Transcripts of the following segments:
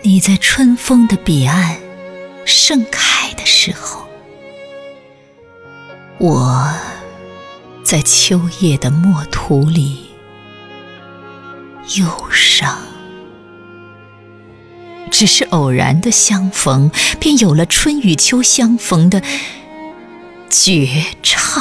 你在春风的彼岸盛开的时候，我在秋叶的墨土里忧伤。只是偶然的相逢，便有了春与秋相逢的绝唱。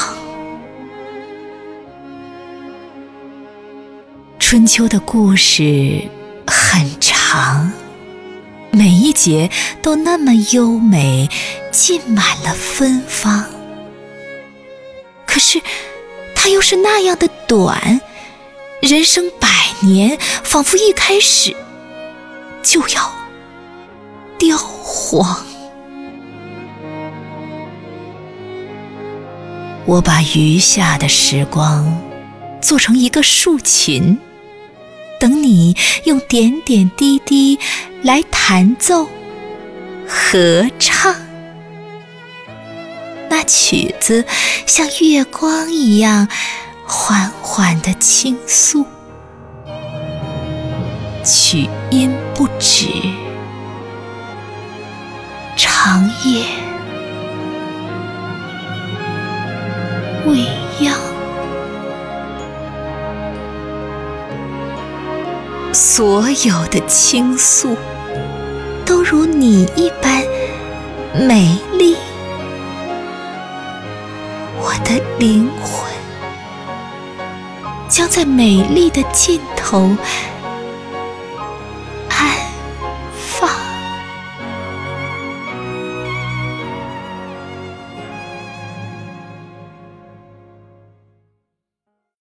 春秋的故事很长，每一节都那么优美，浸满了芬芳。可是它又是那样的短，人生100年，仿佛一开始就要凋黄。我把余下的时光做成一个竖琴，等你用点点滴滴来弹奏合唱。那曲子像月光一样缓缓地倾诉，曲音不止，长夜未央。所有的倾诉都如你一般美丽，我的灵魂将在美丽的尽头